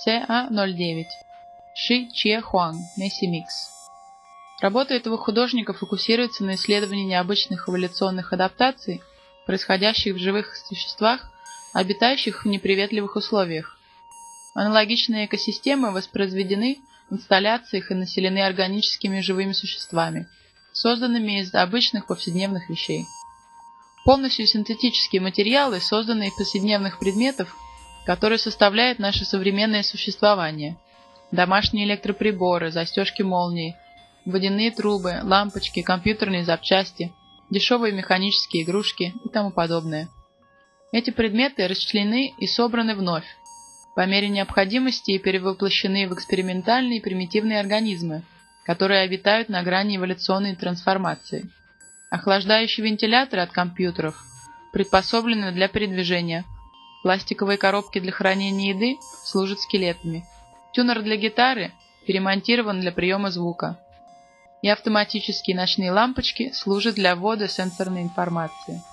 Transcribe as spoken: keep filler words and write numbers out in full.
си а ноль девять. Ши Чье Хуанг, Месси Микс. Работа этого художника фокусируется на исследовании необычных эволюционных адаптаций, происходящих в живых существах, обитающих в неприветливых условиях. Аналогичные экосистемы воспроизведены в инсталляциях и населены органическими живыми существами, созданными из обычных повседневных вещей. Полностью синтетические материалы, созданные из повседневных предметов, которые составляют наше современное существование. Домашние электроприборы, застежки молнии, водяные трубы, лампочки, компьютерные запчасти, дешевые механические игрушки и тому подобное. Эти предметы расчленены и собраны вновь, по мере необходимости и перевоплощены в экспериментальные и примитивные организмы, которые обитают на грани эволюционной трансформации. Охлаждающие вентиляторы от компьютеров приспособлены для передвижения. Пластиковые коробки для хранения еды служат скелетами. Тюнер для гитары перемонтирован для приема звука. И автоматические ночные лампочки служат для ввода сенсорной информации.